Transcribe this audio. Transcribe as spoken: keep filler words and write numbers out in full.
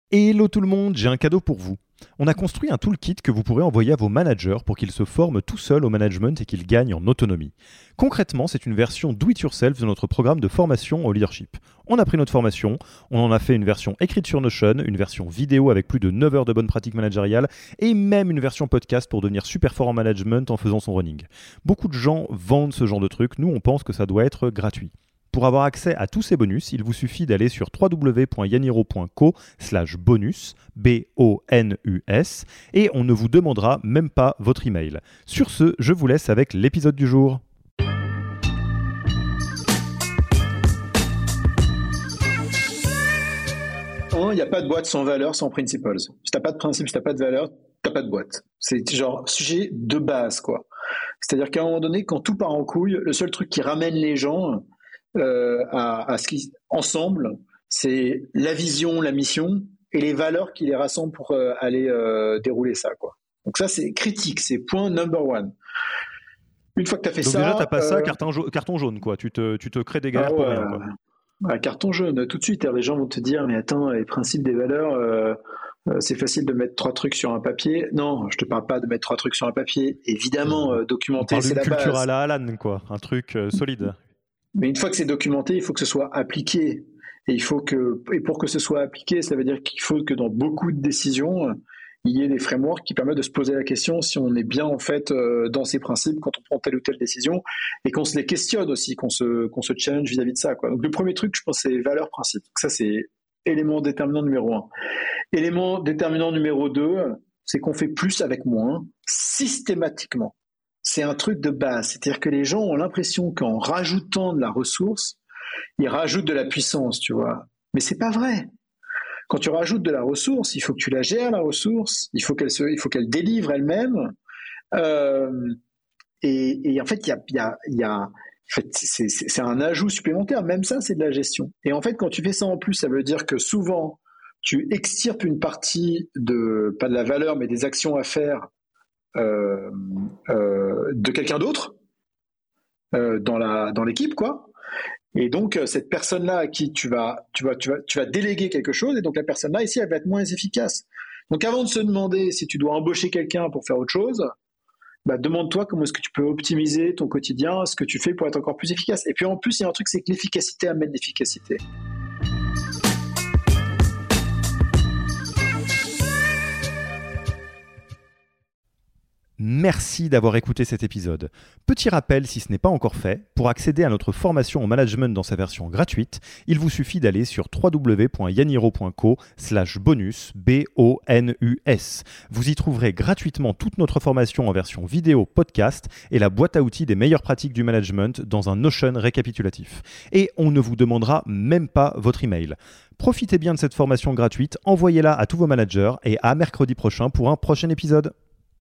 Hello tout le monde, j'ai un cadeau pour vous. On a construit un toolkit que vous pourrez envoyer à vos managers pour qu'ils se forment tout seuls au management et qu'ils gagnent en autonomie. Concrètement, c'est une version do-it-yourself de notre programme de formation au leadership. On a pris notre formation, on en a fait une version écrite sur Notion, une version vidéo avec plus de neuf heures de bonnes pratiques managériales et même une version podcast pour devenir super fort en management en faisant son running. Beaucoup de gens vendent ce genre de truc, nous on pense que ça doit être gratuit. Pour avoir accès à tous ces bonus, il vous suffit d'aller sur w w w point yaniro point co slash bonus, B O N U S, et on ne vous demandera même pas votre email. Sur ce, je vous laisse avec l'épisode du jour. Il n'y a pas de boîte sans valeur, sans principles. Si tu n'as pas de principe, si tu n'as pas de valeur, tu n'as pas de boîte. C'est genre sujet de base, quoi. C'est-à-dire qu'à un moment donné, quand tout part en couille, le seul truc qui ramène les gens euh, à, à ce qui ensemble, c'est la vision, la mission et les valeurs qui les rassemblent pour euh, aller euh, dérouler ça, quoi. Donc ça, c'est critique, c'est point number one. Une fois que tu as fait Donc ça... Donc déjà, tu n'as pas euh... ça, carton, ja- carton jaune, quoi. Tu te, tu te crées des galères ah ouais, pour rien, quoi. Un carton jaune, tout de suite, les gens vont te dire, mais attends, les principes des valeurs, euh, euh, c'est facile de mettre trois trucs sur un papier. Non, je te parle pas de mettre trois trucs sur un papier. Évidemment, euh, documenter, c'est la base. On parle d'une culture à la Alan, quoi, un truc euh, solide. Mais une fois que c'est documenté, il faut que ce soit appliqué. Et il faut que, et pour que ce soit appliqué, ça veut dire qu'il faut que dans beaucoup de décisions, il y ait des frameworks qui permettent de se poser la question si on est bien en fait euh, dans ces principes quand on prend telle ou telle décision et qu'on se les questionne aussi, qu'on se, qu'on se challenge vis-à-vis de ça, quoi. Donc le premier truc, je pense, c'est valeurs, principes. Donc ça, c'est élément déterminant numéro un. Élément déterminant numéro deux, c'est qu'on fait plus avec moins systématiquement. C'est un truc de base. C'est-à-dire que les gens ont l'impression qu'en rajoutant de la ressource, ils rajoutent de la puissance, tu vois. Mais c'est pas vrai. Quand tu rajoutes de la ressource, il faut que tu la gères, la ressource, il faut qu'elle, se, il faut qu'elle délivre elle-même. Euh, et, et en fait, il y a, y a, y a, en fait, c'est, c'est, c'est un ajout supplémentaire. Même ça, c'est de la gestion. Et en fait, quand tu fais ça en plus, ça veut dire que souvent, tu extirpes une partie de, pas de la valeur, mais des actions à faire euh, euh, de quelqu'un d'autre euh, dans, la, dans l'équipe, quoi. Et donc, cette personne-là à qui tu vas, tu, vas, tu, vas, tu vas déléguer quelque chose, et donc la personne-là, ici, elle va être moins efficace. Donc, avant de se demander si tu dois embaucher quelqu'un pour faire autre chose, bah, demande-toi comment est-ce que tu peux optimiser ton quotidien, ce que tu fais pour être encore plus efficace. Et puis, en plus, il y a un truc, c'est que l'efficacité amène l'efficacité. Merci d'avoir écouté cet épisode. Petit rappel, si ce n'est pas encore fait, pour accéder à notre formation au management dans sa version gratuite, il vous suffit d'aller sur w w w point yaniro point co slash bonus, B O N U S. Vous y trouverez gratuitement toute notre formation en version vidéo podcast et la boîte à outils des meilleures pratiques du management dans un Notion récapitulatif. Et on ne vous demandera même pas votre email. Profitez bien de cette formation gratuite, envoyez-la à tous vos managers et à mercredi prochain pour un prochain épisode.